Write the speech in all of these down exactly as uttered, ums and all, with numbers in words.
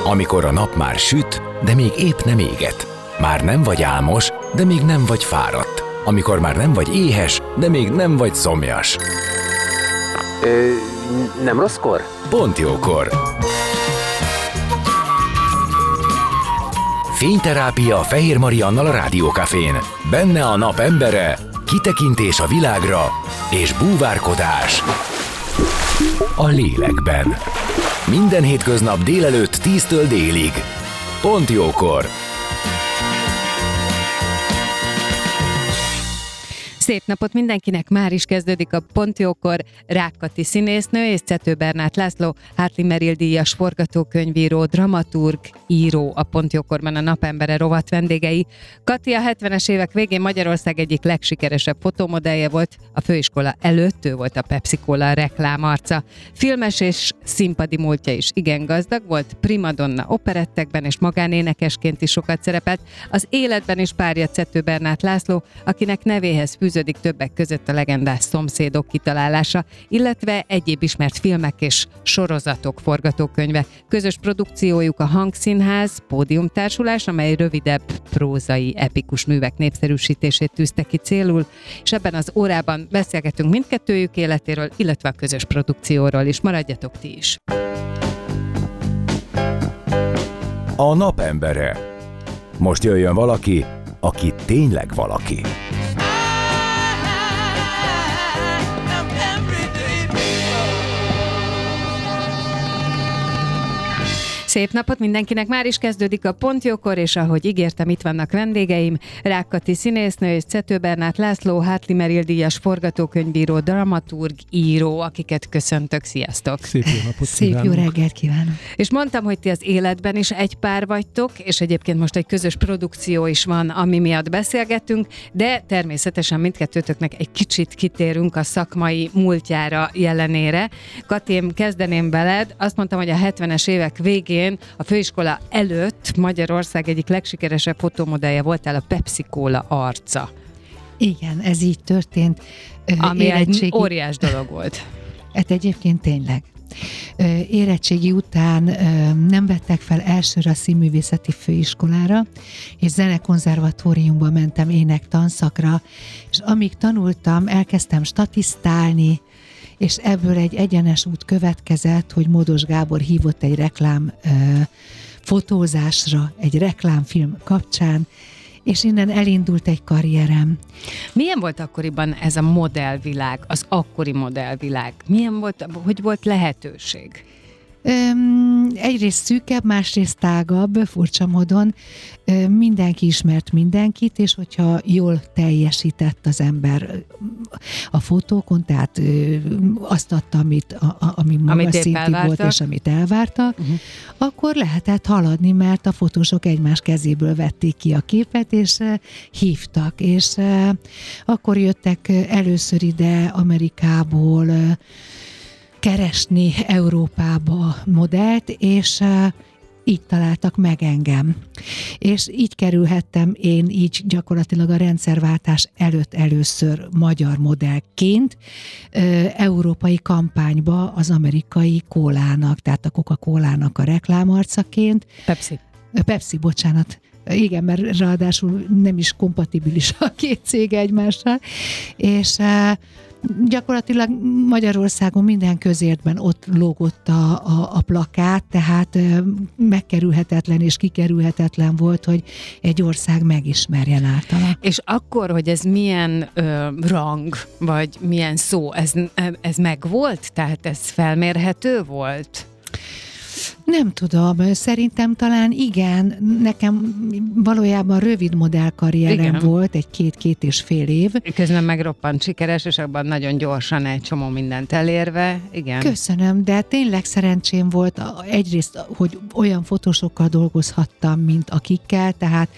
Amikor a nap már süt, de még épp nem éget. Már nem vagy álmos, de még nem vagy fáradt. Amikor már nem vagy éhes, de még nem vagy szomjas. Ö, nem rosszkor? Pont jókor. Fényterápia Fehér Mariannal a Rádiókafén. Benne a nap embere, kitekintés a világra és búvárkodás a lélekben. Minden hétköznap délelőtt tíztől délig. Pont jókor. Szép napot mindenkinek, már is kezdődik a Pont jókor. Rák Kati színésznő és Cető Bernát László, Hartley Merrill díjas forgatókönyvíró, dramaturg, író, a Pont jókorban a napembere rovat vendégei. Kati a hetvenes évek végén Magyarország egyik legsikeresebb fotómodellje volt, a főiskola előtt ő volt a Pepsi Cola reklámarca. Filmes és színpadi múltja is igen gazdag volt, primadonna operettekben és magánénekesként is sokat szerepelt. Az életben is párja Cető Bernát László, akinek nevéhez fűződik többek között a legendás Szomszédok kitalálása, illetve egyéb ismert filmek és sorozatok forgatókönyve. Közös produkciójuk a Hangszínház pódiumtársulás, amely rövidebb prózai epikus művek népszerűsítését tűzte ki célul, és ebben az órában beszélgetünk mindkettőjük életéről, illetve a közös produkcióról is. Maradjatok ti is! A napembere. Most jöjjön valaki, aki tényleg valaki. Szép napot mindenkinek, már is kezdődik a Pont jókor, és ahogy ígértem, itt vannak vendégeim, Rák Kati színésznő és Cető Bernát László, Hartley Merrill díjas forgatókönyvíró, dramaturg, író, akiket köszöntök, sziasztok! Szép jó napot Szép kívánok. jó reggelt kívánok! És mondtam, hogy ti az életben is egy pár vagytok, és egyébként most egy közös produkció is van, ami miatt beszélgettünk, de természetesen mindkettőtöknek egy kicsit kitérünk a szakmai múltjára, jelenére. Kati, én kezdeném veled, azt mondtam, hogy a hetvenes évek végén a főiskola előtt Magyarország egyik legsikeresebb fotómodellje voltál, a Pepsi Cola arca. Igen, ez így történt. Ami Érettségi... egy óriás dolog volt. Hát egyébként tényleg. Érettségi után nem vettek fel elsőre a színművészeti főiskolára, és zenekonzervatóriumba mentem énektanszakra, és amíg tanultam, elkezdtem statisztálni, és ebből egy egyenes út következett, hogy Módos Gábor hívott egy reklám ö, fotózásra, egy reklámfilm kapcsán, és innen elindult egy karrierem. Milyen volt akkoriban ez a modellvilág, az akkori modellvilág? Milyen volt, hogy volt lehetőség? Öm, egyrészt szűkebb, másrészt tágabb, furcsa módon. Öm, mindenki ismert mindenkit, és hogyha jól teljesített az ember a fotókon, tehát öm, azt adta, amit, a, a, ami magas szintű volt, és amit elvártak, uh-huh. akkor lehetett haladni, mert a fotósok egymás kezéből vették ki a képet, és uh, hívtak, és uh, akkor jöttek először ide Amerikából uh, keresni Európába modellt, és uh, így találtak meg engem. És így kerülhettem én így gyakorlatilag a rendszerváltás előtt először magyar modellként uh, európai kampányba az amerikai kólának, tehát a Coca-Colának a reklámarcaként. Pepsi. Pepsi, bocsánat. Igen, mert ráadásul nem is kompatibilis a két cég egymással. És uh, gyakorlatilag Magyarországon minden közértben ott lógott a, a, a plakát, tehát ö, megkerülhetetlen és kikerülhetetlen volt, hogy egy ország megismerjen általa. És akkor, hogy ez milyen ö, rang, vagy milyen szó, ez, ez megvolt? Tehát ez felmérhető volt? Nem tudom, szerintem talán igen, nekem valójában rövid modellkarrierem igen. volt, egy két-két és fél év. Közben meg roppant sikeres, és abban nagyon gyorsan egy csomó mindent elérve, igen. Köszönöm, de tényleg szerencsém volt egyrészt, hogy olyan fotósokkal dolgozhattam, mint akikkel, tehát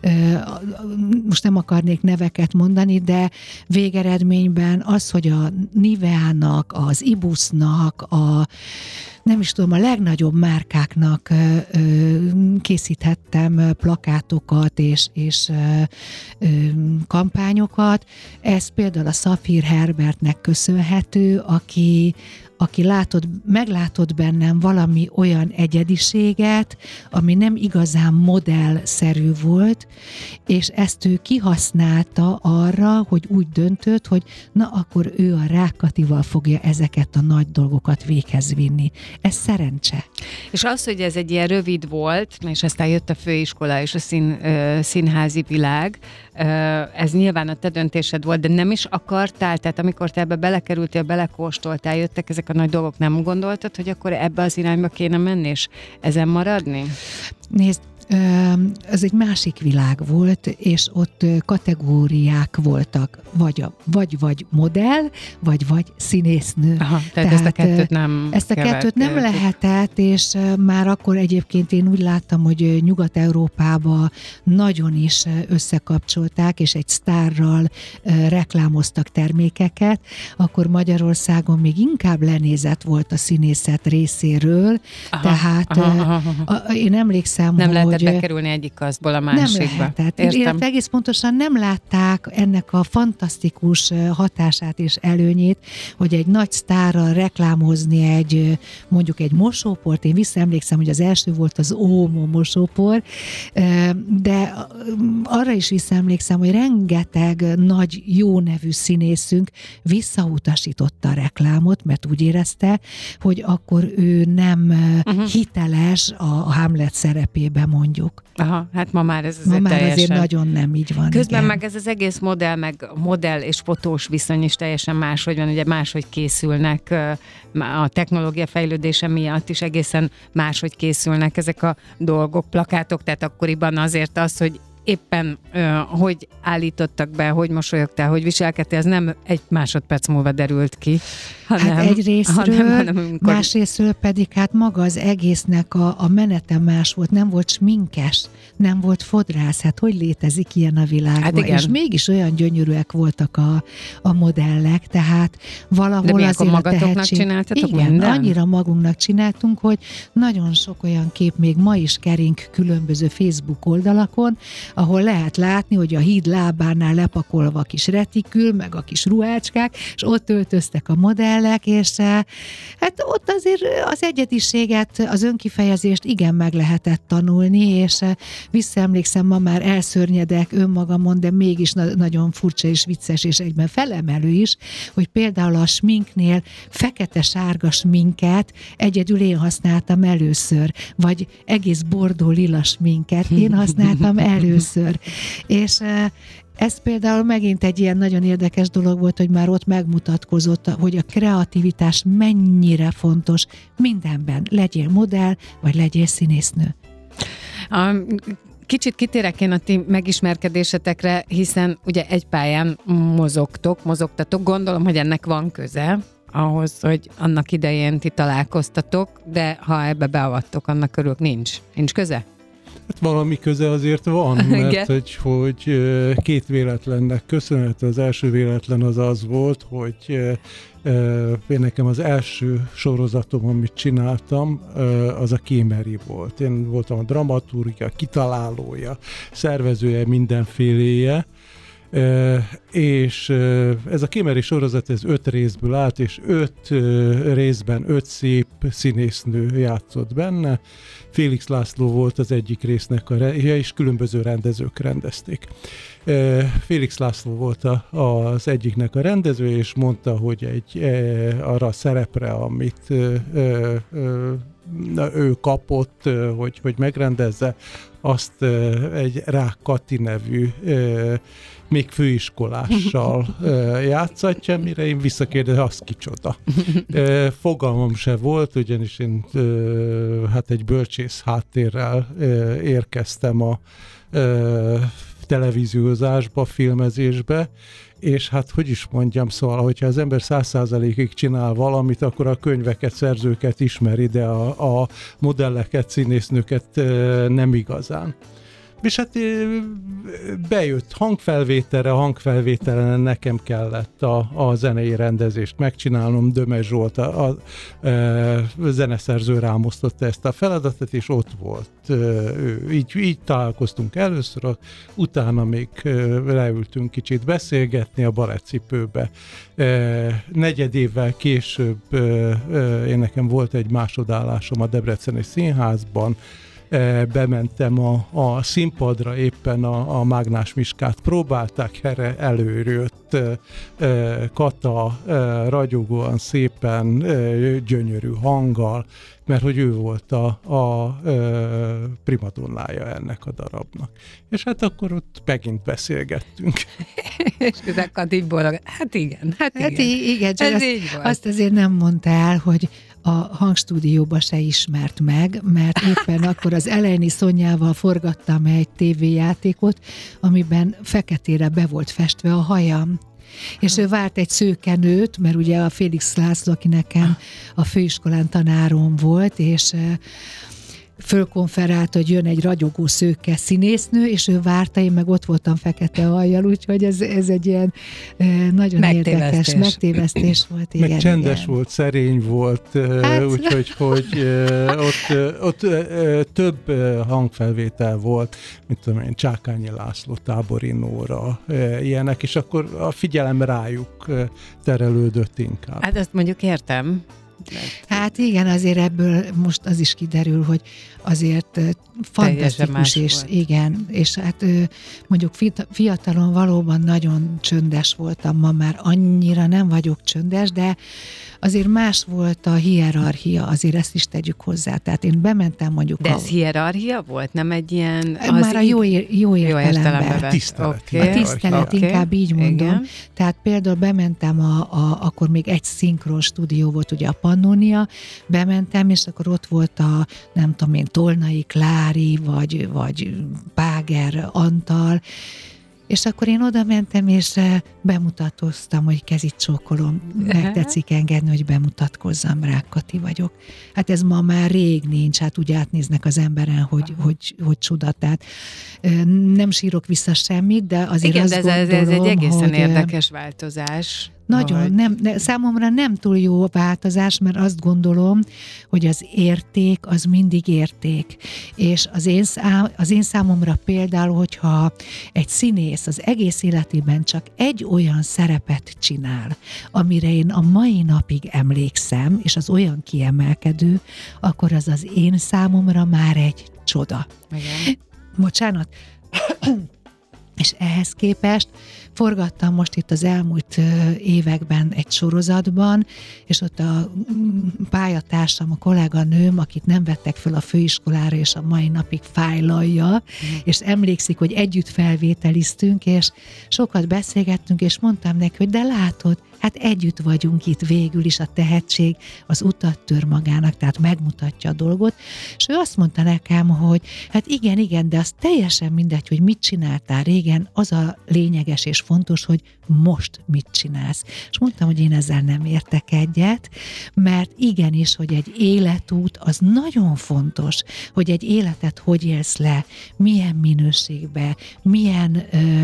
most nem akarnék neveket mondani, de végeredményben az, hogy a Nivea-nak, az Ibusnak, a nem is tudom, a legnagyobb márkáknak ö, ö, készíthettem plakátokat és, és ö, ö, kampányokat. Ez például a Szafír Herbertnek köszönhető, aki aki látod, meglátod bennem valami olyan egyediséget, ami nem igazán modellszerű volt, és ezt ő kihasználta arra, hogy úgy döntött, hogy na akkor ő a Rákkatival fogja ezeket a nagy dolgokat véghez vinni. Ez szerencse. És az, hogy ez egy ilyen rövid volt, és aztán jött a főiskola és a szín, ö, színházi világ, ö, ez nyilván a te döntésed volt, de nem is akartál, tehát amikor te ebbe belekerültél, belekóstoltál, jöttek ezek a nagy dolgok, nem gondoltad, hogy akkor ebbe az irányba kéne menni, és ezen maradni? Nézd, ez egy másik világ volt, és ott kategóriák voltak, vagy, a, vagy, vagy modell, vagy, vagy színésznő. Aha, tehát, tehát ezt a kettőt nem Ezt a kettőt nem lehetett, és már akkor egyébként én úgy láttam, hogy Nyugat-Európában nagyon is összekapcsolták, és egy sztárral reklámoztak termékeket, akkor Magyarországon még inkább lenézett volt a színészet részéről, aha, tehát aha, aha, aha. én emlékszem, nem hogy lehetett bekerülni egyik kaszból a másikba. Nem lehetett. Értem. Egész pontosan nem látták ennek a fantasztikus hatását és előnyét, hogy egy nagy sztárral reklámozni egy, mondjuk egy mosóport. Én visszaemlékszem, hogy az első volt az Ómo mosópor, de arra is visszaemlékszem, hogy rengeteg nagy, jó nevű színészünk visszautasította a reklámot, mert úgy érezte, hogy akkor ő nem uh-huh. hiteles a Hamlet szerepében, mondjuk. Aha, hát ma már ez azért ma már teljesen... azért nagyon nem így van. Közben igen. meg ez az egész modell, meg modell és fotós viszony is teljesen máshogy van, ugye máshogy készülnek, a technológia fejlődése miatt is egészen máshogy készülnek ezek a dolgok, plakátok, tehát akkoriban azért az, hogy éppen uh, hogy állítottak be, hogy mosolyogtál, hogy viselkedtél, ez nem egy másodperc múlva derült ki, hanem... Hát egy részről, hanem, hanem amikor... másrészről pedig hát maga az egésznek a, a menete más volt, nem volt sminkes, nem volt fodrász, hát hogy létezik ilyen a világban, hát igen. És mégis olyan gyönyörűek voltak a, a modellek, tehát valahol de azért magatoknak a tehetség... csináltatok igen, minden? Annyira magunknak csináltunk, hogy nagyon sok olyan kép még ma is kering különböző Facebook oldalakon, ahol lehet látni, hogy a híd lábánál lepakolva a kis retikül, meg a kis ruhácskák, és ott öltöztek a modellek, és hát ott azért az egyediséget, az önkifejezést igen meg lehetett tanulni, és visszaemlékszem, ma már elszörnyedek önmagamon, de mégis na- nagyon furcsa és vicces, és egyben felemelő is, hogy például a sminknél fekete-sárga sminket egyedül én használtam először, vagy egész bordó lila sminket én használtam először. És ez például megint egy ilyen nagyon érdekes dolog volt, hogy már ott megmutatkozott, hogy a kreativitás mennyire fontos mindenben. Legyél modell, vagy legyél színésznő. A, kicsit kitérek én a ti megismerkedésetekre, hiszen ugye egy pályán mozogtok, mozogtatok. Gondolom, hogy ennek van köze ahhoz, hogy annak idején ti találkoztatok, de ha ebbe beavattok, annak körül nincs. Nincs köze? Hát valami köze azért van, mert hogy, hogy két véletlennek köszönhető. Az első véletlen az az volt, hogy én nekem az első sorozatom, amit csináltam, az a Kémeri volt. Én voltam a dramaturgia, kitalálója, szervezője, mindenféléje, és ez a Kémeri sorozat ez öt részből állt, és öt részben öt szép színésznő játszott benne. Félix László volt az egyik résznek a re- és különböző rendezők rendezték. Félix László volt a, az egyiknek a rendező, és mondta, hogy egy arra a szerepre, amit ő kapott, hogy, hogy megrendezze, azt egy Rákkati nevű még főiskolással játszatja, mire én visszakérdezem, az kicsoda. Fogalmam se volt, ugyanis én hát egy bölcsész háttérrel érkeztem a televíziózásba, filmezésbe, és hát hogy is mondjam, szóval, hogyha az ember száz százalékig csinál valamit, akkor a könyveket, szerzőket ismeri, de a, a modelleket, színésznőket nem igazán. És hát bejött hangfelvételre, hangfelvételen nekem kellett a, a zenei rendezést megcsinálnom, Dömes Zsolt, a, a, a zeneszerző rámosztotta ezt a feladatot, és ott volt. Ő, így, így találkoztunk először, utána még leültünk kicsit beszélgetni a balettcipőbe. Negyed évvel később én nekem volt egy másodállásom a Debreceni Színházban, bementem a, a színpadra, éppen a, a Mágnás Miskát próbálták, erre előjött Kata ragyogóan, szépen, gyönyörű hanggal, mert hogy ő volt a, a primadonnája ennek a darabnak. És hát akkor ott megint beszélgettünk. És ezek Kati boldog. Hát igen, hát igen. Hát igen, csak ez azt, így volt. azt azért nem mondta el, hogy a hangstúdióba se ismert meg, mert éppen akkor az Elejni Szonyával forgattam egy tévéjátékot, amiben feketére be volt festve a hajam. És ő várt egy szőkenőt, mert ugye a Félix László, aki nekem a főiskolán tanárom volt, és fölkonferált, hogy jön egy ragyogó szőke színésznő, és ő várta, én meg ott voltam fekete hajjal, úgyhogy ez, ez egy ilyen nagyon érdekes megtévesztés volt. Meg igen, csendes igen. volt, szerény volt, hát, úgyhogy hogy, ott, ott több hangfelvétel volt, mint tudom én, Csákányi László, Tábori Nóra, ilyenek, és akkor a figyelem rájuk terelődött inkább. Hát ezt mondjuk értem. Hát igen, azért ebből most az is kiderül, hogy azért fantasztikus, és volt. Igen, és hát mondjuk fiatalon valóban nagyon csöndes voltam, ma már annyira nem vagyok csöndes, de azért más volt a hierarchia, azért ezt is tegyük hozzá. Tehát én bementem mondjuk... De ez a... hierarchia volt? Nem egy ilyen... Az már a jó, ér, jó értelemben. A tisztelet. Okay. A tisztelet, okay. Inkább így mondom. Igen. Tehát például bementem, a, a, akkor még egy szinkron stúdió volt, ugye a Pannonia, bementem, és akkor ott volt a, nem tudom én, Tolnai Klári, vagy, vagy Páger Antal, és akkor én oda mentem, és bemutatkoztam, hogy kezit csókolom, megtetszik engedni, hogy bemutatkozzam, Rák Kati vagyok. Hát ez ma már rég nincs, hát úgy átnéznek az emberen, hogy, hogy, hogy csuda. Tehát nem sírok vissza semmit, de azért igen, azt de ez, gondolom, ez egy egészen hogy érdekes változás. Nagyon, ahogy... nem, de számomra nem túl jó a változás, mert azt gondolom, hogy az érték az mindig érték. És az én, szám, az én számomra például, hogyha egy színész az egész életében csak egy olyan szerepet csinál, amire én a mai napig emlékszem, és az olyan kiemelkedő, akkor az az én számomra már egy csoda. Igen. Bocsánat. És ehhez képest forgattam most itt az elmúlt években egy sorozatban, és ott a pályatársam, a kolléganőm, akit nem vettek fel a főiskolára, és a mai napig fájlalja, mm. és emlékszik, hogy együtt felvételiztünk, és sokat beszélgettünk, és mondtam neki, hogy de látod, hát együtt vagyunk itt végül is, a tehetség az utat tör magának, tehát megmutatja a dolgot, és ő azt mondta nekem, hogy hát igen, igen, de az teljesen mindegy, hogy mit csináltál régen, az a lényeges és fontos, hogy most mit csinálsz. És mondtam, hogy én ezzel nem értek egyet, mert igenis, hogy egy életút az nagyon fontos, hogy egy életet hogy élsz le, milyen minőségbe, milyen ö,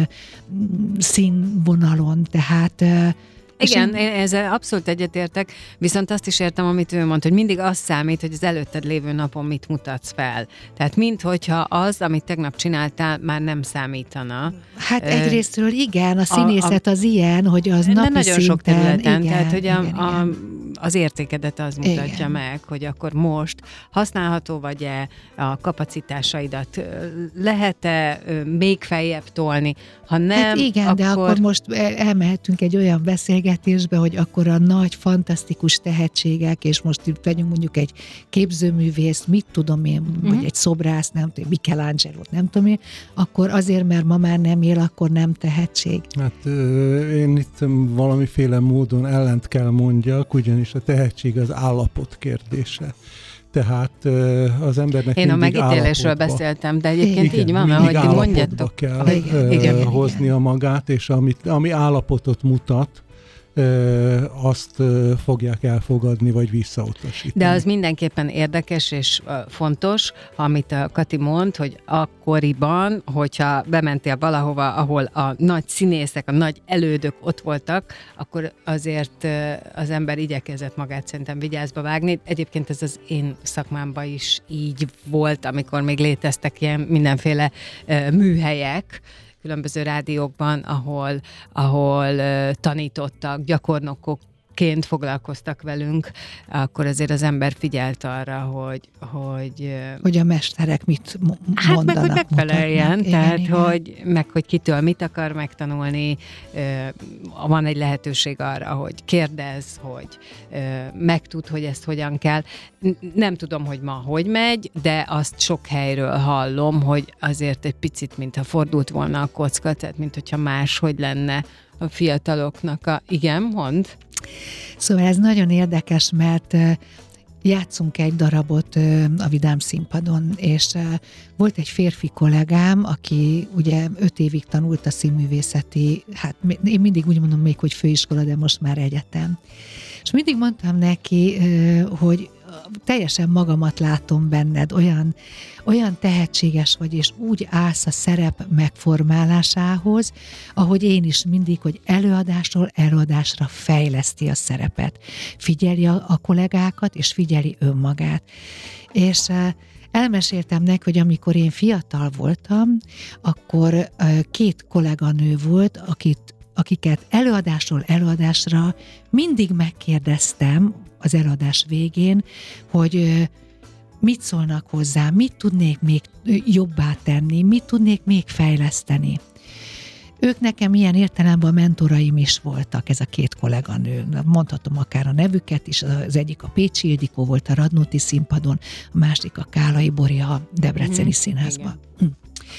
színvonalon, tehát ö, igen, én ezzel abszolút egyetértek, viszont azt is értem, amit ő mondta, hogy mindig az számít, hogy az előtted lévő napon mit mutatsz fel. Tehát minthogyha az, amit tegnap csináltál, már nem számítana. Hát egyrésztről igen, a színészet a, a, az ilyen, hogy az napi nagyon szinten. Sok területen, igen, tehát hogy a, igen, a, igen. az értékedet az mutatja igen. meg, hogy akkor most használható vagy-e, a kapacitásaidat lehet-e még feljebb tolni, ha nem, hát igen, akkor... de akkor most elmehetünk egy olyan beszélgetésbe, hogy akkor a nagy, fantasztikus tehetségek, és most itt vegyünk mondjuk egy képzőművész, mit tudom én, mm-hmm. vagy egy szobrász, nem tudom, Michelangelo-t, nem tudom én, akkor azért, mert ma már nem él, akkor nem tehetség. Hát én itt valamiféle módon ellent kell mondjak, ugyanis a tehetség az állapot kérdése. Tehát az embernek én a megítélésről állapotba. beszéltem, de egyébként igen, így van, ahogy ti mondjátok. kell igen, igen, hoznia igen. magát, és amit, ami állapotot mutat, azt fogják elfogadni, vagy visszautasítani. De az mindenképpen érdekes és fontos, amit a Kati mond, hogy akkoriban, hogyha bementél valahova, ahol a nagy színészek, a nagy elődök ott voltak, akkor azért az ember igyekezett magát szerintem vigyázba vágni. Egyébként ez az én szakmámban is így volt, amikor még léteztek ilyen mindenféle műhelyek, különböző rádiókban, ahol, ahol tanítottak, gyakornokokként foglalkoztak velünk, akkor azért az ember figyelt arra, hogy... Hogy, hogy a mesterek mit m- hát mondanak. meg, hogy megfeleljen, mutatnak. tehát, igen, igen. hogy, meg hogy kitől mit akar megtanulni, van egy lehetőség arra, hogy kérdezz, hogy megtud, hogy ezt hogyan kell. Nem tudom, hogy ma hogy megy, de azt sok helyről hallom, hogy azért egy picit, mintha fordult volna a kocka, tehát mint hogyha máshogy lenne a fiataloknak a... Igen, mond? Szóval ez nagyon érdekes, mert játszunk egy darabot a Vidám Színpadon, és volt egy férfi kollégám, aki ugye öt évig tanult a színművészeti, hát én mindig úgy mondom még, hogy főiskola, de most már egyetem. És mindig mondtam neki, hogy teljesen magamat látom benned, olyan, olyan tehetséges vagy, és úgy állsz a szerep megformálásához, ahogy én is mindig, hogy előadásról előadásra fejleszti a szerepet. Figyeli a, a kollégákat, és figyeli önmagát. És elmeséltem neki, hogy amikor én fiatal voltam, akkor két kolléganő volt, akit akiket előadásról előadásra mindig megkérdeztem az előadás végén, hogy mit szólnak hozzá, mit tudnék még jobbá tenni, mit tudnék még fejleszteni. Ők nekem ilyen értelemben a mentoraim is voltak, ez a két kolléganő. Mondhatom akár a nevüket is, az egyik a Pécsi Ildikó volt a Radnóti Színpadon, a másik a Kálai Bori a Debreceni mm, Színházban. Igen.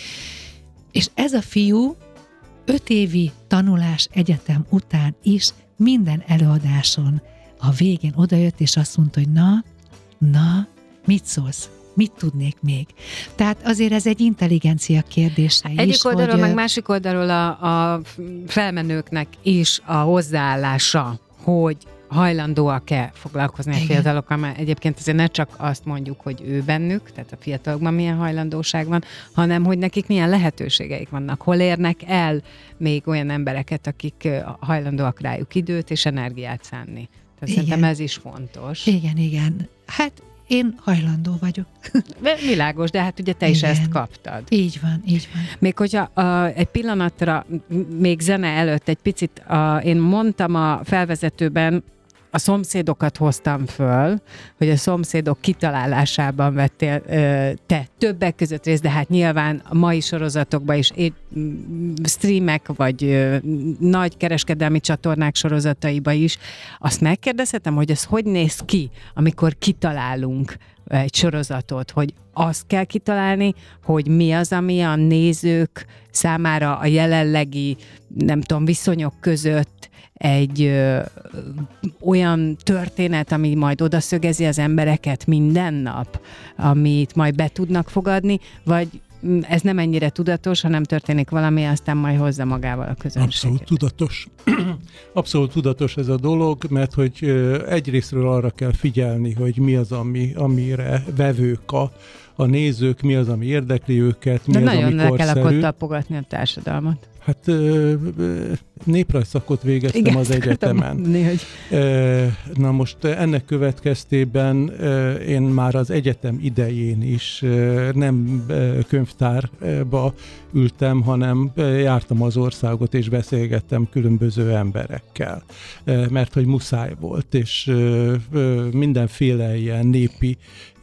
És ez a fiú öt évi tanulás egyetem után is minden előadáson a végén odajött, és azt mondta, hogy na, na, mit szólsz? Mit tudnék még? Tehát azért ez egy intelligencia kérdése is. Egyik oldalról, hogy, meg másik oldalról a, a felmenőknek is a hozzáállása, hogy hajlandóak-e foglalkozni a fiatalokkal, mert egyébként azért ne csak azt mondjuk, hogy ő bennük, tehát a fiatalokban milyen hajlandóság van, hanem hogy nekik milyen lehetőségeik vannak, hol érnek el még olyan embereket, akik hajlandóak rájuk időt és energiát szánni. Tehát szerintem ez is fontos. Igen, igen. Hát én hajlandó vagyok. Világos, de hát ugye te is igen. ezt kaptad. Így van, így van. Még hogyha a, egy pillanatra, még zene előtt egy picit, a, én mondtam a felvezetőben, a szomszédokat hoztam föl, hogy a szomszédok kitalálásában vettél ö, te többek között részt, de hát nyilván a mai sorozatokban is é, streamek, vagy ö, nagy kereskedelmi csatornák sorozataiba is. Azt megkérdezhetem, hogy ez hogy néz ki, amikor kitalálunk egy sorozatot, hogy azt kell kitalálni, hogy mi az, ami a nézők számára a jelenlegi, nem tudom, viszonyok között egy ö, olyan történet, ami majd odaszögezi az embereket minden nap, amit majd be tudnak fogadni, vagy ez nem ennyire tudatos, hanem történik valami, aztán majd hozza magával a közönséget. Abszolút tudatos. Abszolút tudatos ez a dolog, mert hogy egyrésztről arra kell figyelni, hogy mi az, ami, amire vevők a, a nézők, mi az, ami érdekli őket, mi De az, ami korszerű. nagyon le kell akkor tapogatni a társadalmat. Hát néprajzszakot végeztem igen, az egyetemen. Mondani, hogy... Na most ennek következtében én már az egyetem idején is nem könyvtárba ültem, hanem jártam az országot és beszélgettem különböző emberekkel, mert hogy muszáj volt, és mindenféle ilyen népi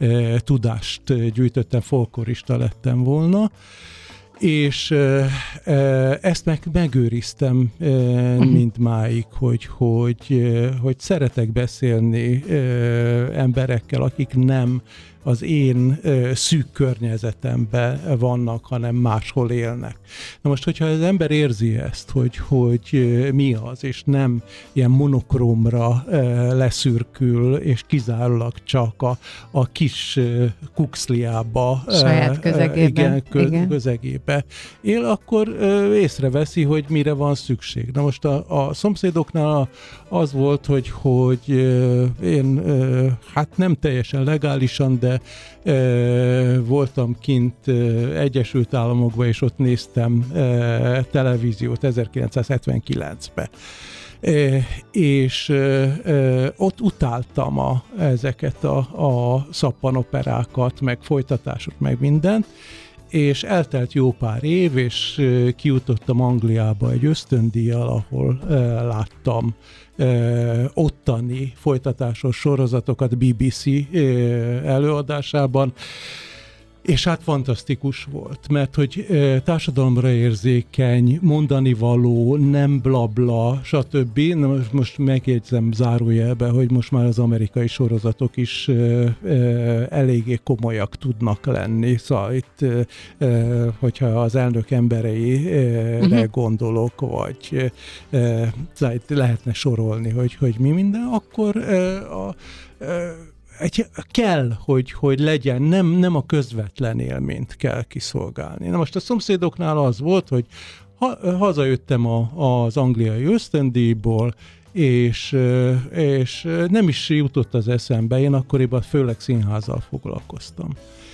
tudást gyűjtöttem, folklorista lettem volna, és e, ezt meg, megőriztem e, mindmáig, hogy, hogy, hogy szeretek beszélni e, emberekkel, akik nem az én szűk környezetemben vannak, hanem máshol élnek. Na most, hogyha az ember érzi ezt, hogy, hogy mi az, és nem ilyen monokrómra leszürkül, és kizárólag csak a, a kis kuxliába, saját közegében, igen, kö, igen. közegébe él, akkor észreveszi, hogy mire van szükség. Na most a, a szomszédoknál az volt, hogy, hogy én hát nem teljesen legálisan, de voltam kint Egyesült Államokban, és ott néztem televíziót ezerkilencszázhetvenkilencben. E, és e, ott utáltam a, ezeket a, a szappanoperákat, meg folytatások, meg mindent, és eltelt jó pár év, és e, kijutottam Angliába egy ösztöndíjjal, ahol e, láttam e, ottani folytatásos sorozatokat bé bé cé e, előadásában, és hát fantasztikus volt, mert hogy e, társadalomra érzékeny, mondani való, nem blabla, stb. Na most, most megjegyzem zárójelbe, hogy most már az amerikai sorozatok is e, e, eléggé komolyak tudnak lenni. Szóval itt, e, hogyha az elnök embereire uh-huh. gondolok, vagy e, szóval itt lehetne sorolni, hogy, hogy mi minden, akkor e, a e, Egy, kell, hogy, hogy legyen, nem, nem a közvetlen élményt kell kiszolgálni. Na most a szomszédoknál az volt, hogy ha, hazajöttem a, az angliai ösztöndíjból, és, és nem is jutott az eszembe, én akkoriban főleg színházzal foglalkoztam.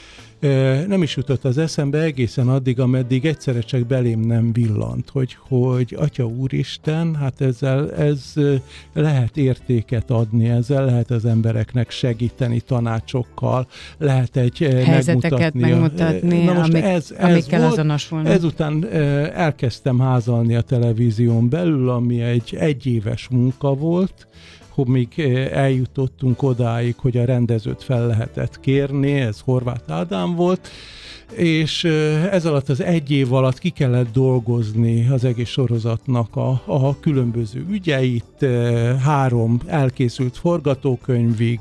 Nem is jutott az eszembe egészen addig, ameddig egyszerre csak belém nem villant, hogy, hogy Atya Úristen, hát ezzel ez lehet értéket adni, ezzel lehet az embereknek segíteni tanácsokkal, lehet egy helyzeteket megmutatni, Na most amik, ez, ez amikkel volt, azonosulnak. Ezután elkezdtem házalni a televízión belül, ami egy egyéves munka volt, még eljutottunk odáig, hogy a rendezőt fel lehetett kérni, ez Horváth Ádám volt, és ez alatt az egy év alatt ki kellett dolgozni az egész sorozatnak a, a különböző ügyeit, három elkészült forgatókönyvig,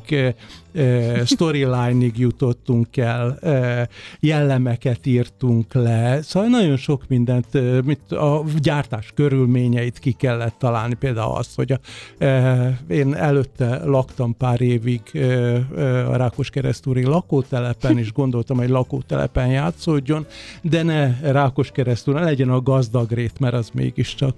storyline-ig jutottunk el, jellemeket írtunk le, szóval nagyon sok mindent, mit a gyártás körülményeit ki kellett találni, például azt, hogy a, én előtte laktam pár évig a Rákoskeresztúri lakótelepen, és gondoltam, hogy lakótelepen játszódjon, de ne Rákoskeresztúron, legyen a Gazdagrét, mert az mégiscsak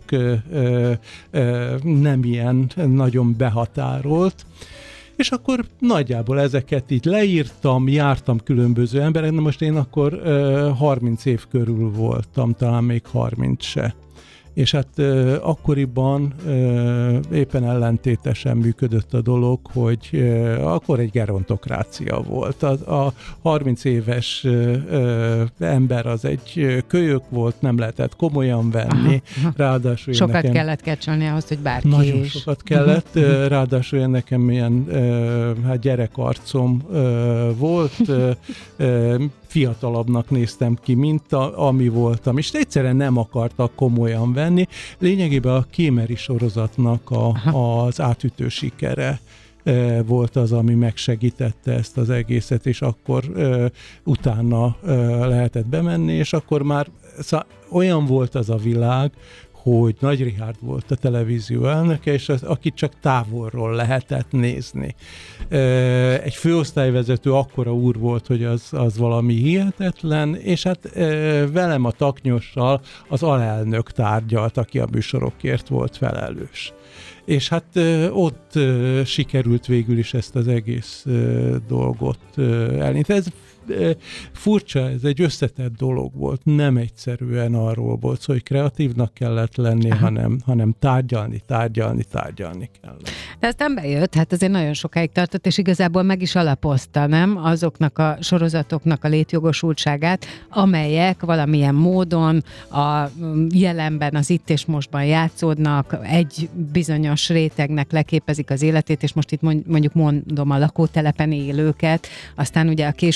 nem ilyen nagyon behatárolt. És akkor nagyjából ezeket így leírtam, jártam különböző emberek, de most én akkor uh, harminc év körül voltam, talán még harminc se. És hát uh, akkoriban uh, éppen ellentétesen működött a dolog, hogy uh, akkor egy gerontokrácia volt. A, a harminc éves uh, uh, ember az egy kölyök volt, nem lehetett komolyan venni. Aha, ráadásul sokat nekem, kellett kecselni ahhoz, hogy bárki nagyon is. sokat kellett, uh-huh. ráadásul nekem ilyen uh, hát gyerekarcom uh, volt, uh, uh, fiatalabbnak néztem ki, mint a, ami voltam, és egyszerűen nem akartak komolyan venni. Lényegében a Kémeri sorozatnak a, az átütő sikere e, volt az, ami megsegítette ezt az egészet, és akkor e, utána e, lehetett bemenni, és akkor már szá, olyan volt az a világ, hogy Nagy Richárd volt a televízió elnöke, és az, akit csak távolról lehetett nézni. Egy főosztályvezető akkora úr volt, hogy az, az valami hihetetlen, és hát velem a taknyossal az alelnök tárgyalt, aki a műsorokért volt felelős. És hát ott sikerült végül is ezt az egész dolgot elindítani. Ez furcsa, ez egy összetett dolog volt, nem egyszerűen arról volt szó, hogy kreatívnak kellett lenni, hanem, hanem tárgyalni, tárgyalni, tárgyalni kellett. De aztán bejött, hát azért nagyon sokáig tartott, és igazából meg is alapozta, nem? Azoknak a sorozatoknak a létjogosultságát, amelyek valamilyen módon a jelenben, az itt és mostban játszódnak, egy bizonyos rétegnek leképezik az életét, és most itt mondjuk mondom a lakótelepen élőket, aztán ugye a későbbi sorozatokat,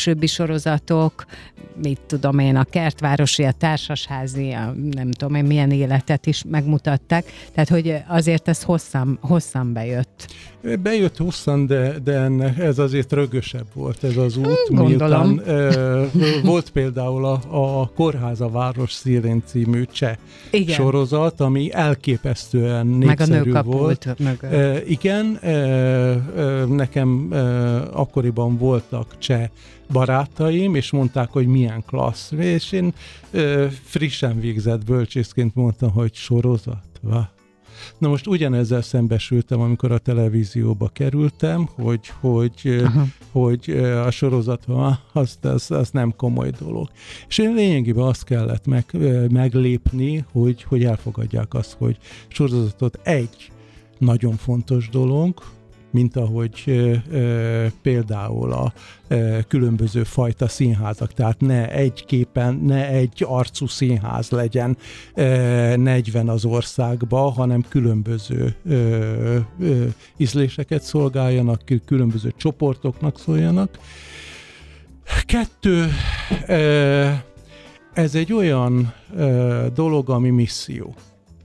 sorozatok, mit tudom én, a Kertvárosi, a Társasházi, a nem tudom én milyen életet is megmutatták, tehát hogy azért ez hosszan, hosszan bejött. Bejött hosszan, de, de ennek ez azért rögösebb volt ez az út, hmm, miután e, volt például a, a Kórház a város szélén című cseh igen. sorozat, ami elképesztően népszerű meg a volt. E, igen, e, e, nekem e, akkoriban voltak cseh barátaim, és mondták, hogy milyen klassz. És én e, frissen végzett bölcsészként mondtam, hogy sorozat, vá. Na most ugyanezzel szembesültem, amikor a televízióba kerültem, hogy, hogy, hogy a sorozat az, az, az nem komoly dolog. És én lényegében azt kellett meg, meglépni, hogy, hogy elfogadják azt, hogy sorozatot egy nagyon fontos dolog, mint ahogy e, e, például a e, különböző fajta színházak, tehát ne egy képen, ne egy arcú színház legyen e, negyven az országba, hanem különböző e, e, ízléseket szolgáljanak, különböző csoportoknak szóljanak. Kettő, e, ez egy olyan e, dolog, ami misszió.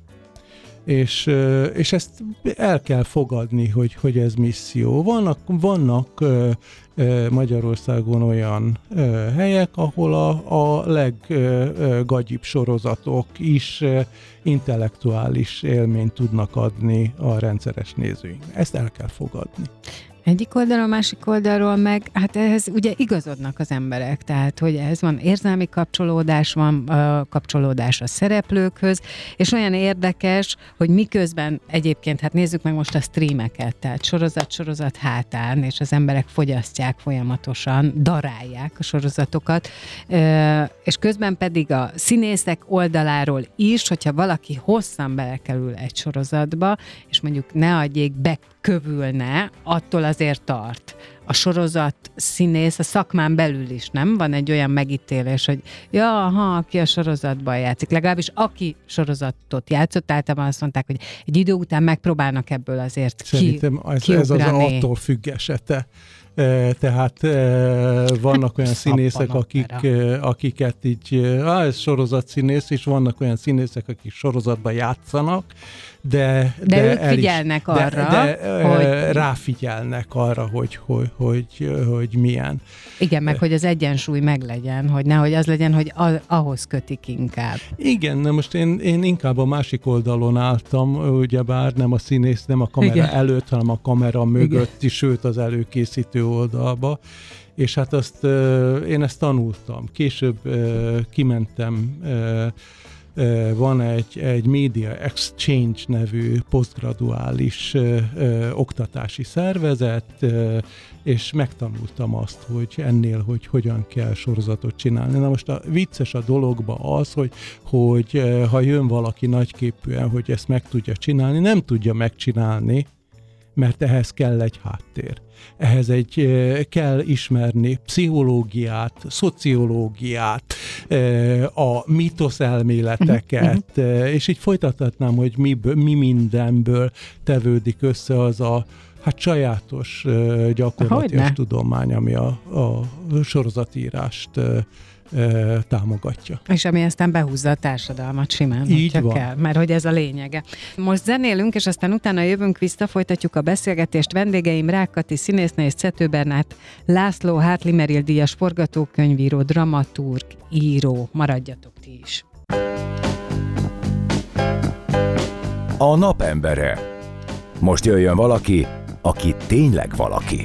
És, és ezt el kell fogadni, hogy, hogy ez misszió. Vannak, vannak Magyarországon olyan helyek, ahol a, a leggagyibb sorozatok is intellektuális élményt tudnak adni a rendszeres nézőink. Ezt el kell fogadni. Egyik oldalról, másik oldalról meg, hát ehhez ugye igazodnak az emberek, tehát hogy ez van érzelmi kapcsolódás, van uh, kapcsolódás a szereplőkhöz, és olyan érdekes, hogy miközben egyébként, hát nézzük meg most a streameket, tehát sorozat-sorozat hátán, és az emberek fogyasztják folyamatosan, darálják a sorozatokat, uh, és közben pedig a színészek oldaláról is, hogyha valaki hosszan belekerül egy sorozatba, és mondjuk ne adjék be, kövülne, attól azért tart. A sorozat színész a szakmán belül is, nem? Van egy olyan megítélés, hogy ja, ha, aki a sorozatban játszik. Legalábbis aki sorozatot játszott, általában azt mondták, hogy egy idő után megpróbálnak ebből azért ki, Szerintem ez, ez az attól függ esete. Tehát vannak olyan színészek, akik, akiket így, á, ez sorozatszínész, és vannak olyan színészek, akik sorozatban játszanak, de, de, de ők figyelnek is, arra, de, de, hogy... ráfigyelnek arra, hogy, hogy, hogy, hogy milyen. Igen, meg hogy az egyensúly meglegyen, hogy nehogy az legyen, hogy ahhoz kötik inkább. Igen, na most én, én inkább a másik oldalon álltam, ugyebár nem a színész, nem a kamera igen. előtt, hanem a kamera mögött is, sőt az előkészítő oldalba, és hát azt én ezt tanultam. Később kimentem, van egy, egy Media Exchange nevű posztgraduális oktatási szervezet, és megtanultam azt, hogy ennél, hogy hogyan kell sorozatot csinálni. Na most a vicces a dologba az, hogy, hogy ha jön valaki nagyképűen, hogy ezt meg tudja csinálni, nem tudja megcsinálni, mert ehhez kell egy háttér. Ehhez egy, kell ismerni pszichológiát, szociológiát, a mítoszelméleteket, és így folytathatnám, hogy mi, mi mindenből tevődik össze az a hát sajátos gyakorlatilag tudomány, ami a, a sorozatírást támogatja. És ami aztán behúzza a társadalmat simán, így van. Kell, mert hogy ez a lényege. Most zenélünk, és aztán utána jövünk vissza, folytatjuk a beszélgetést. Vendégeim Rákkati színésznő és Czetőbernát László, Hartley Merrill díjas forgatókönyvíró, dramaturg, író. Maradjatok ti is. A napembere. Most jöjjön valaki, aki tényleg valaki.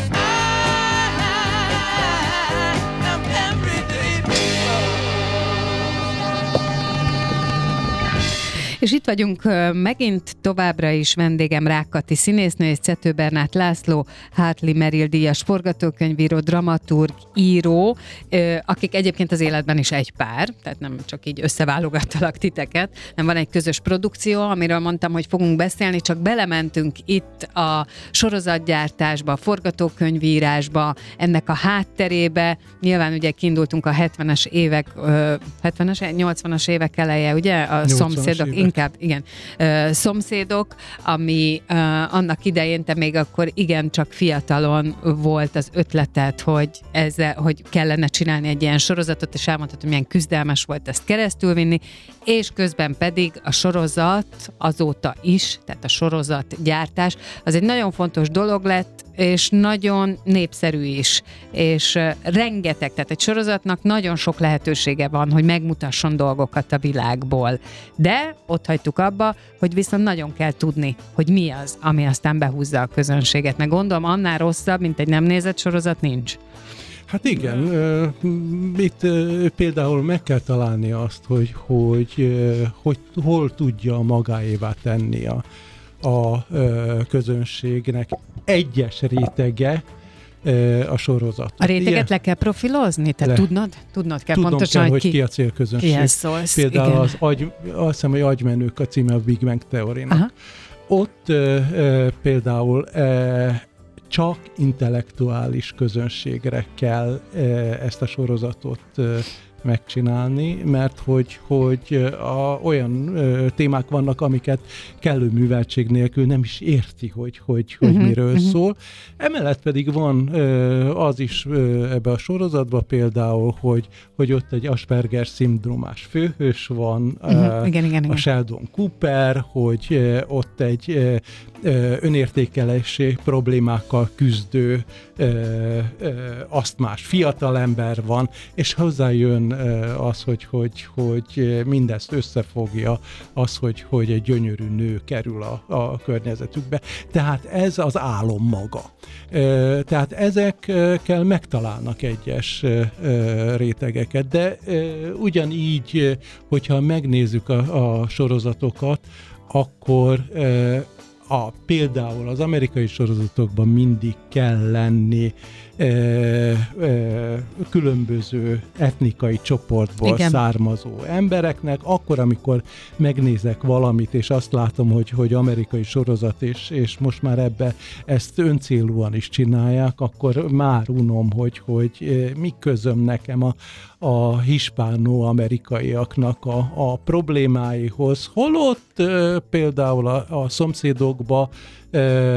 És itt vagyunk megint továbbra is, vendégem Rákkati színésznő és Czetőbernát László, Hartley Merrill díjas forgatókönyvíró, dramaturg, író, akik egyébként az életben is egy pár, tehát nem csak így összeválogattalak titeket, nem van egy közös produkció, amiről mondtam, hogy fogunk beszélni, csak belementünk itt a sorozatgyártásba, a forgatókönyvírásba, ennek a hátterébe. Nyilván ugye kiindultunk a hetvenes évek, hetvenes, nyolcvanas évek eleje, ugye? A szomszédok, inkább, igen, ö, szomszédok, ami ö, annak idején te még akkor igen csak fiatalon volt az ötleted, hogy, ezzel, hogy kellene csinálni egy ilyen sorozatot, és elmondtad, hogy milyen küzdelmes volt ezt keresztülvinni, és közben pedig a sorozat azóta is, tehát a sorozatgyártás, az egy nagyon fontos dolog lett, és nagyon népszerű is, és uh, rengeteg, tehát egy sorozatnak nagyon sok lehetősége van, hogy megmutasson dolgokat a világból. De ott hagytuk abba, hogy viszont nagyon kell tudni, hogy mi az, ami aztán behúzza a közönséget. Meg gondolom, annál rosszabb, mint egy nem nézett sorozat nincs. Hát igen, itt például meg kell találni azt, hogy, hogy, hogy hol tudja magáévá tenni a, a közönségnek egyes rétege a sorozat. A réteget ilyen, le kell profilozni? Te le. tudnod? Tudnod kell Tudnom pontosan, kell, hogy ki, ki a célközönség. Kihez szólsz. Például igen. az agy, azt hiszem, hogy Agymenők a címe a Big Bang teóriának. Aha. Ott uh, uh, például uh, csak intellektuális közönségre kell uh, ezt a sorozatot uh, megcsinálni, mert hogy, hogy a, olyan ö, témák vannak, amiket kellő műveltség nélkül nem is érti, hogy, hogy, hogy uh-huh, miről uh-huh. szól. Emellett pedig van ö, az is ö, ebbe a sorozatban például, hogy, hogy ott egy Asperger-szindrómás főhős van, uh-huh, ö, igen, igen, a igen. Sheldon Cooper, hogy ö, ott egy ö, ö, önértékelési problémákkal küzdő ö, ö, asztmás fiatalember van, és hozzájön az, hogy, hogy, hogy mindezt összefogja, az, hogy, hogy egy gyönyörű nő kerül a, a környezetükbe. Tehát ez az álom maga. Tehát ezekkel megtalálnak egyes rétegeket, de ugyanígy, hogyha megnézzük a, a sorozatokat, akkor a, például az amerikai sorozatokban mindig kell lenni e, e, különböző etnikai csoportból igen. származó embereknek. Akkor, amikor megnézek valamit, és azt látom, hogy, hogy amerikai sorozat, és, és most már ebbe ezt öncélúan is csinálják, akkor már unom, hogy, hogy mi közöm nekem a, a hispáno-amerikaiaknak a, a problémáihoz. Holott e, például a, a szomszédokba e,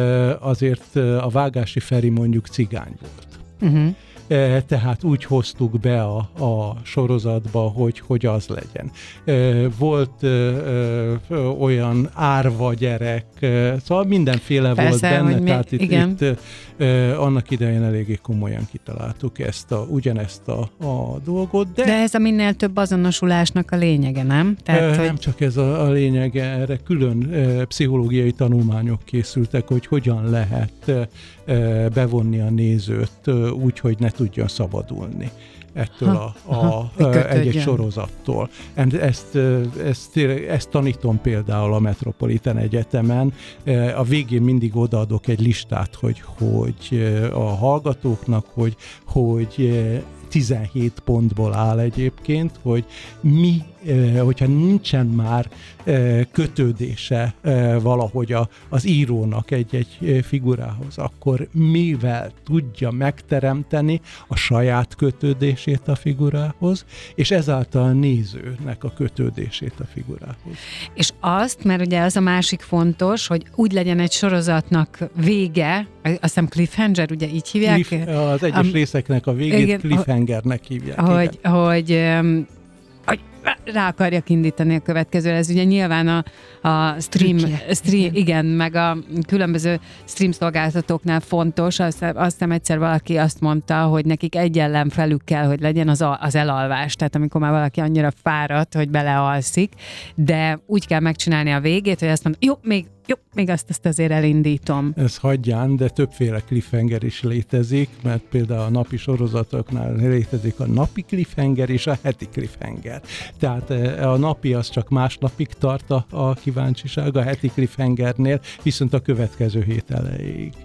azért a Vágási Feri mondjuk cigány volt. Uh-huh. E, tehát úgy hoztuk be a, a sorozatba, hogy, hogy az legyen. E, volt e, e, olyan árva gyerek, e, szóval mindenféle persze, volt benne, tehát mi, itt, itt e, annak idején eléggé komolyan kitaláltuk ezt a, ugyanezt a, a dolgot. De, de ez a minél több azonosulásnak a lényege, nem? Tehát, e, hogy... Nem csak ez a, a lényege, erre külön e, pszichológiai tanulmányok készültek, hogy hogyan lehet e, bevonni a nézőt úgy, hogy ne tudjon szabadulni ettől ha, a, a, a egy-egy sorozattól. Ezt, ezt, ezt tanítom például a Metropolitan Egyetemen. A végén mindig odaadok egy listát, hogy, hogy a hallgatóknak, hogy, hogy tizenhét pontból áll egyébként, hogy mi, hogyha nincsen már kötődése valahogy a, az írónak egy-egy figurához, akkor mivel tudja megteremteni a saját kötődését a figurához, és ezáltal a nézőnek a kötődését a figurához. És azt, mert ugye az a másik fontos, hogy úgy legyen egy sorozatnak vége, azt hiszem cliffhanger, ugye így hívják? Cliff, az egyes um, részeknek a végét igen, cliffhangernek hívják. Hogy, hogy, um, hogy rá akarjak indítani a következőre. Ez ugye nyilván a, a stream, stream igen. igen, meg a különböző stream szolgáltatóknál fontos. Azt, azt hiszem egyszer valaki azt mondta, hogy nekik egy ellenfelük kell, hogy legyen az, a, az elalvás. Tehát amikor már valaki annyira fáradt, hogy belealszik, de úgy kell megcsinálni a végét, hogy azt mondja, jó, még Jó, még azt, azt azért elindítom. Ez hagyján, de többféle cliffhanger is létezik, mert például a napi sorozatoknál létezik a napi cliffhanger és a heti cliffhanger. Tehát a napi az csak másnapig tart a, a kíváncsiság, a heti cliffhangernél viszont a következő hét elejéig.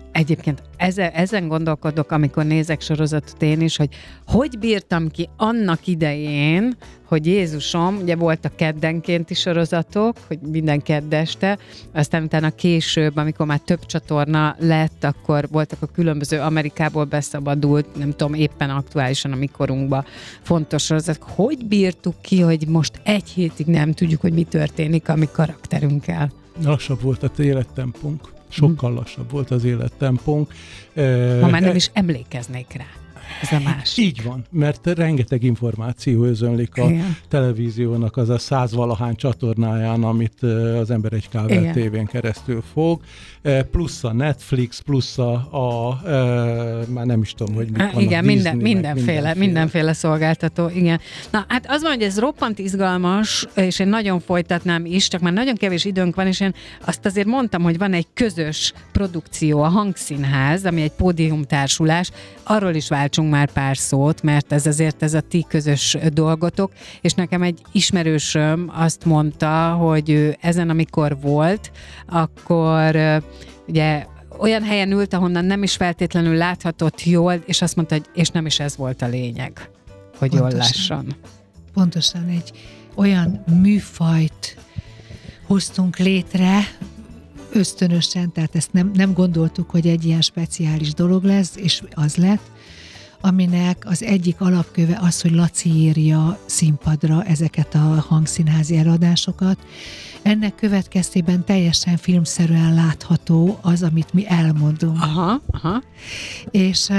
Egyébként ezen, ezen gondolkodok, amikor nézek sorozatot én is, hogy hogy bírtam ki annak idején, hogy Jézusom, ugye voltak keddenkénti sorozatok, hogy minden kedd este, aztán utána később, amikor már több csatorna lett, akkor voltak a különböző Amerikából beszabadult, nem tudom, éppen aktuálisan a mi korunkban fontos sorozatok. Hogy bírtuk ki, hogy most egy hétig nem tudjuk, hogy mi történik a mi karakterünkkel? Lassabb volt az élettempónk. Sokkal lassabb volt az élettempónk. Ma már nem is emlékeznék rá. Ez a másik. Így van, mert rengeteg információ özönlik a Igen. televíziónak az a százvalahány csatornáján, amit az ember egy kábel tévén keresztül fog, plusz a Netflix, plusz a, a, a már nem is tudom, hogy mit vannak, igen, Disney, minden, mindenféle, mindenféle. mindenféle szolgáltató, igen. Na, hát az van, hogy ez roppant izgalmas, és én nagyon folytatnám is, csak már nagyon kevés időnk van, és én azt azért mondtam, hogy van egy közös produkció, a Hangszínház, ami egy pódiumtársulás, arról is váltsunk már pár szót, mert ez azért ez a ti közös dolgotok, és nekem egy ismerősöm azt mondta, hogy ő ezen, amikor volt, akkor ugye olyan helyen ült, ahonnan nem is feltétlenül láthatott jól, és azt mondta, hogy és nem is ez volt a lényeg, hogy Pontosan. Jól lásson. Pontosan egy olyan műfajt hoztunk létre, ösztönösen, tehát ezt nem, nem gondoltuk, hogy egy ilyen speciális dolog lesz, és az lett, aminek az egyik alapköve az, hogy Laci írja színpadra ezeket a hangszínházi előadásokat. Ennek következtében teljesen filmszerűen látható az, amit mi elmondunk. Aha, aha. És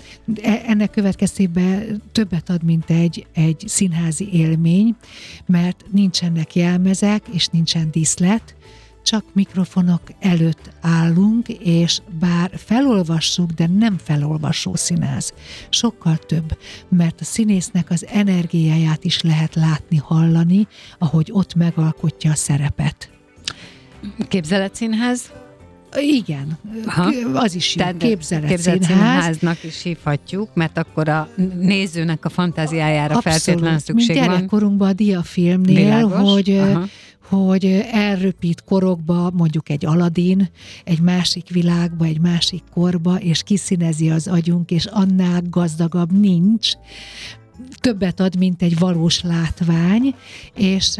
ennek következtében többet ad, mint egy, egy színházi élmény, mert nincsenek jelmezek, és nincsen díszlet, csak mikrofonok előtt állunk, és bár felolvassuk, de nem felolvasó színház. Sokkal több, mert a színésznek az energiáját is lehet látni, hallani, ahogy ott megalkotja a szerepet. Képzeletszínház? Igen, Aha. az is jó. Képzeletszínház. Képzeletszínháznak is hívhatjuk, mert akkor a nézőnek a fantáziájára Abszolút. Feltétlenül szükség mint van. Gyerekkorunkban a diafilmnél, Világos. hogy... Aha. hogy elröpít korokba, mondjuk egy Aladin, egy másik világba, egy másik korba, és kiszínezi az agyunk, és annál gazdagabb nincs. Többet ad, mint egy valós látvány, és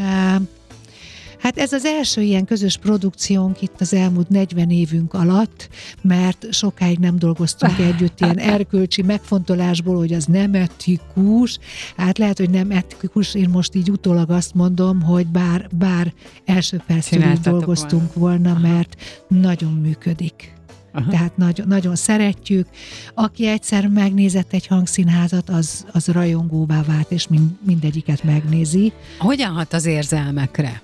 hát ez az első ilyen közös produkciónk itt az elmúlt negyven évünk alatt, mert sokáig nem dolgoztunk együtt ilyen erkölcsi megfontolásból, hogy az nem etikus. Hát lehet, hogy nem etikus, én most így utólag azt mondom, hogy bár, bár első perctől így dolgoztunk volna, volna mert nagyon működik. Aha. Tehát nagyon, nagyon szeretjük. Aki egyszer megnézett egy hangszínházat, az, az rajongóvá vált, és mind, mindegyiket megnézi. Hogyan hat az érzelmekre?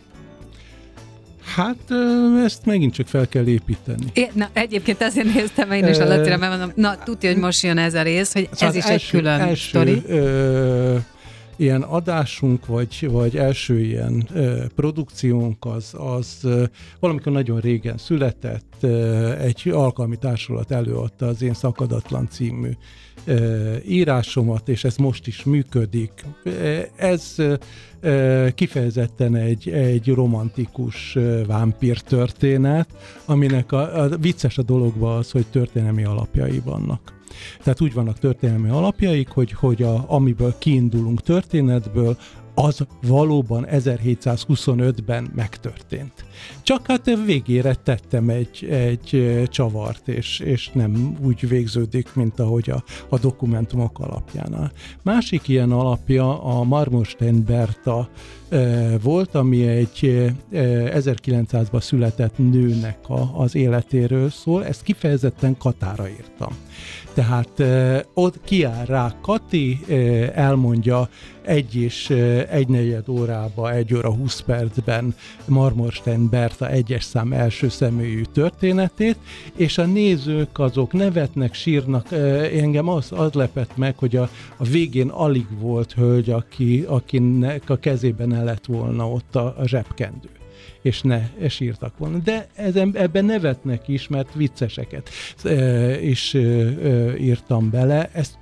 Hát ezt megint csak fel kell építeni. É, na, egyébként azért néztem én is a Lacira, mert mondom, na tudja, hogy most jön ez a rész, hogy ez is első, egy külön első, sztori. Ö, ilyen adásunk, vagy, vagy első ilyen ö, produkciónk az, az ö, valamikor nagyon régen született, ö, egy alkalmi társulat előadta az én Szakadatlan című ö, írásomat, és ez most is működik. Ez ö, kifejezetten egy, egy romantikus ö, vámpír történet, aminek a, a vicces a dologban az, hogy történelmi alapjai vannak. Tehát úgy vannak történelmi alapjaik, hogy, hogy a, amiből kiindulunk történetből, az valóban ezerhétszázhuszonötben megtörtént. Csak hát végére tettem egy, egy csavart, és, és nem úgy végződik, mint ahogy a, a dokumentumok alapján. A másik ilyen alapja a Marmorstein Berta e, volt, ami egy e, ezerkilencszázban született nőnek a, az életéről szól. Ezt kifejezetten Katára írtam. Tehát e, ott kiáll rá Kati, e, elmondja egy és e, egynegyed órába, egy óra húsz percben Marmorstein Berta egyes szám első személyű történetét, és a nézők azok nevetnek, sírnak. E, engem az, az lepett meg, hogy a, a végén alig volt hölgy, aki, akinek a kezében ne lett volna ott a, a zsebkendő, és ne sírtak volna. De ezen, ebben nevetnek is, mert vicceseket e, is e, írtam bele. Ezt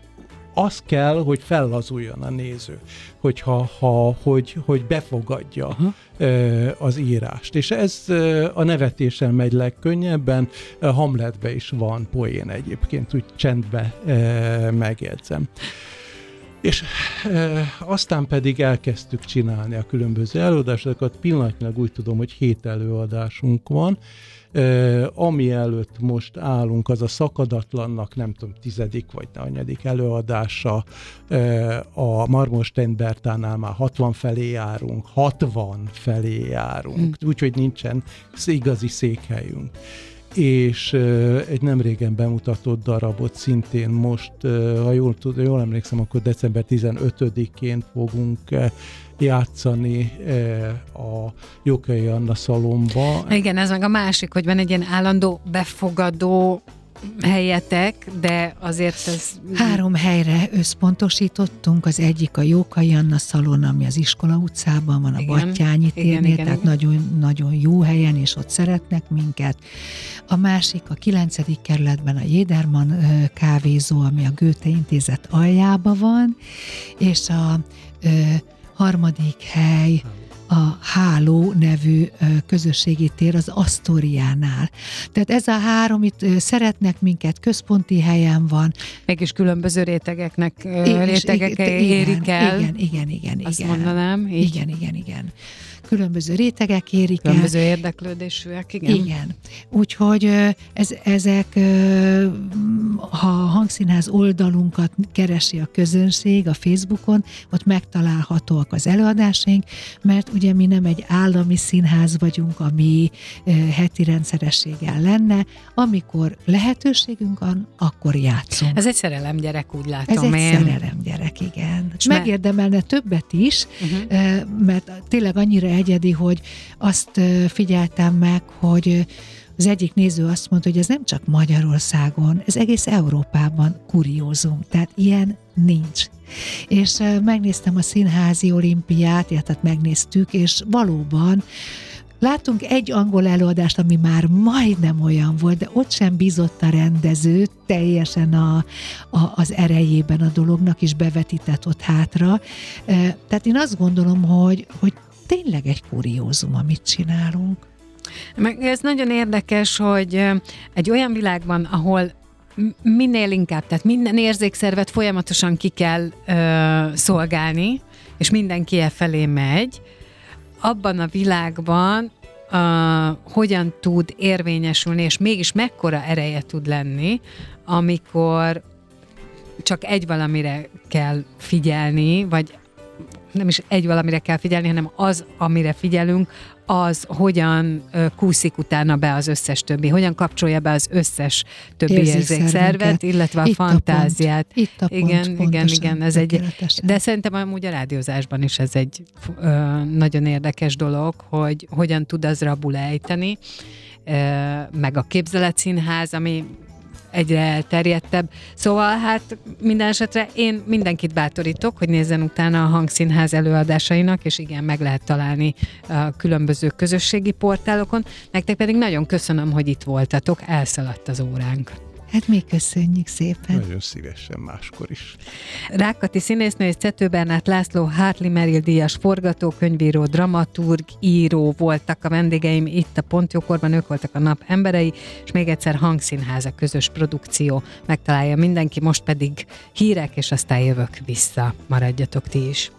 az kell, hogy fellazuljon a néző, hogyha, ha, hogy, hogy befogadja uh-huh. az írást. És ez a nevetésen megy legkönnyebben, Hamletbe is van poén egyébként, úgy csendbe megjegyzem. És e, aztán pedig elkezdtük csinálni a különböző előadásokat. Pillanatnyilag úgy tudom, hogy hét előadásunk van. E, ami előtt most állunk, az a Szakadatlannak, nem tudom, tizedik vagy anyadik előadása. E, a Marmorstein Bertánál már hatvan felé járunk, hatvan felé járunk, hmm. úgyhogy nincsen igazi székhelyünk. És uh, egy nemrégen bemutatott darabot szintén most, uh, ha jól, jól emlékszem, akkor december tizenötödikén fogunk uh, játszani uh, a Jókai Anna szalomba. Igen, ez meg a másik, hogy van egy ilyen állandó befogadó helyetek, de azért ez... Három helyre összpontosítottunk, az egyik a Jókai Anna szalon, ami az Iskola utcában van, a Battyányi térnél, tehát nagyon, nagyon jó helyen, és ott szeretnek minket. A másik a kilencedik kerületben a Jéderman kávézó, ami a Goethe Intézet aljában van, és a ö, harmadik hely a Háló nevű közösségi tér az Asztóriánál. Tehát ez a három, itt szeretnek minket, központi helyen van. Mégis különböző rétegeknek rétegek érik el. Igen, igen, igen. Azt igen. mondanám. Így. Igen, igen, igen. Különböző rétegek érik el. Különböző érdeklődésűek, igen. Igen. Úgyhogy ez, ezek, ha a Hangszínház oldalunkat keresi a közönség a Facebookon, ott megtalálhatóak az előadásaink, mert ugye mi nem egy állami színház vagyunk, ami heti rendszerességgel lenne. Amikor lehetőségünk van, akkor játszunk. Ez egy szerelemgyerek, úgy látom. Ez egy én. szerelemgyerek, igen. És megérdemelne többet is, uh-huh. mert tényleg annyira egyedi, hogy azt figyeltem meg, hogy az egyik néző azt mondta, hogy ez nem csak Magyarországon, ez egész Európában kuriózum, tehát ilyen nincs. És megnéztem a Színházi Olimpiát, tehát megnéztük, és valóban láttunk egy angol előadást, ami már majdnem olyan volt, de ott sem bízott a rendező teljesen a, a, az erejében a dolognak, és bevetített ott hátra. Tehát én azt gondolom, hogy, hogy tényleg egy kuriózum, amit csinálunk. Meg ez nagyon érdekes, hogy egy olyan világban, ahol minél inkább, tehát minden érzékszervet folyamatosan ki kell ö, szolgálni, és mindenki e felé megy, abban a világban uh, hogyan tud érvényesülni, és mégis mekkora ereje tud lenni, amikor csak egy valamire kell figyelni, vagy nem is egy valamire kell figyelni, hanem az, amire figyelünk, az hogyan kúszik utána be az összes többi, hogyan kapcsolja be az összes többi érzékszervet, illetve a itt fantáziát. A Itt a pont, igen, igen, igen, ez egy, de szerintem amúgy a rádiózásban is ez egy ö, nagyon érdekes dolog, hogy hogyan tud az rabul ejteni, ö, meg a képzeletszínház, ami egyre elterjedtebb. Szóval hát minden esetre én mindenkit bátorítok, hogy nézzen utána a Hangszínház előadásainak, és igen, meg lehet találni a különböző közösségi portálokon. Nektek pedig nagyon köszönöm, hogy itt voltatok, elszaladt az óránk. Hát mi köszönjük szépen. Nagyon szívesen máskor is. Rákkati színésznő és Czető Bernát László Hartley Merrill díjas forgatókönyvíró, dramaturg, író voltak a vendégeim itt a Pontjókorban, ők voltak a nap emberei, és még egyszer Hangszínház, a közös produkció, megtalálja mindenki, most pedig hírek, és aztán jövök vissza. Maradjatok ti is.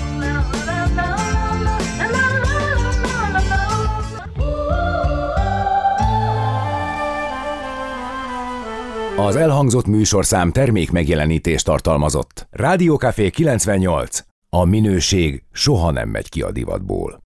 Az elhangzott műsorszám termék megjelenítést tartalmazott. Rádió Café kilencvennyolc. A minőség soha nem megy ki a divatból.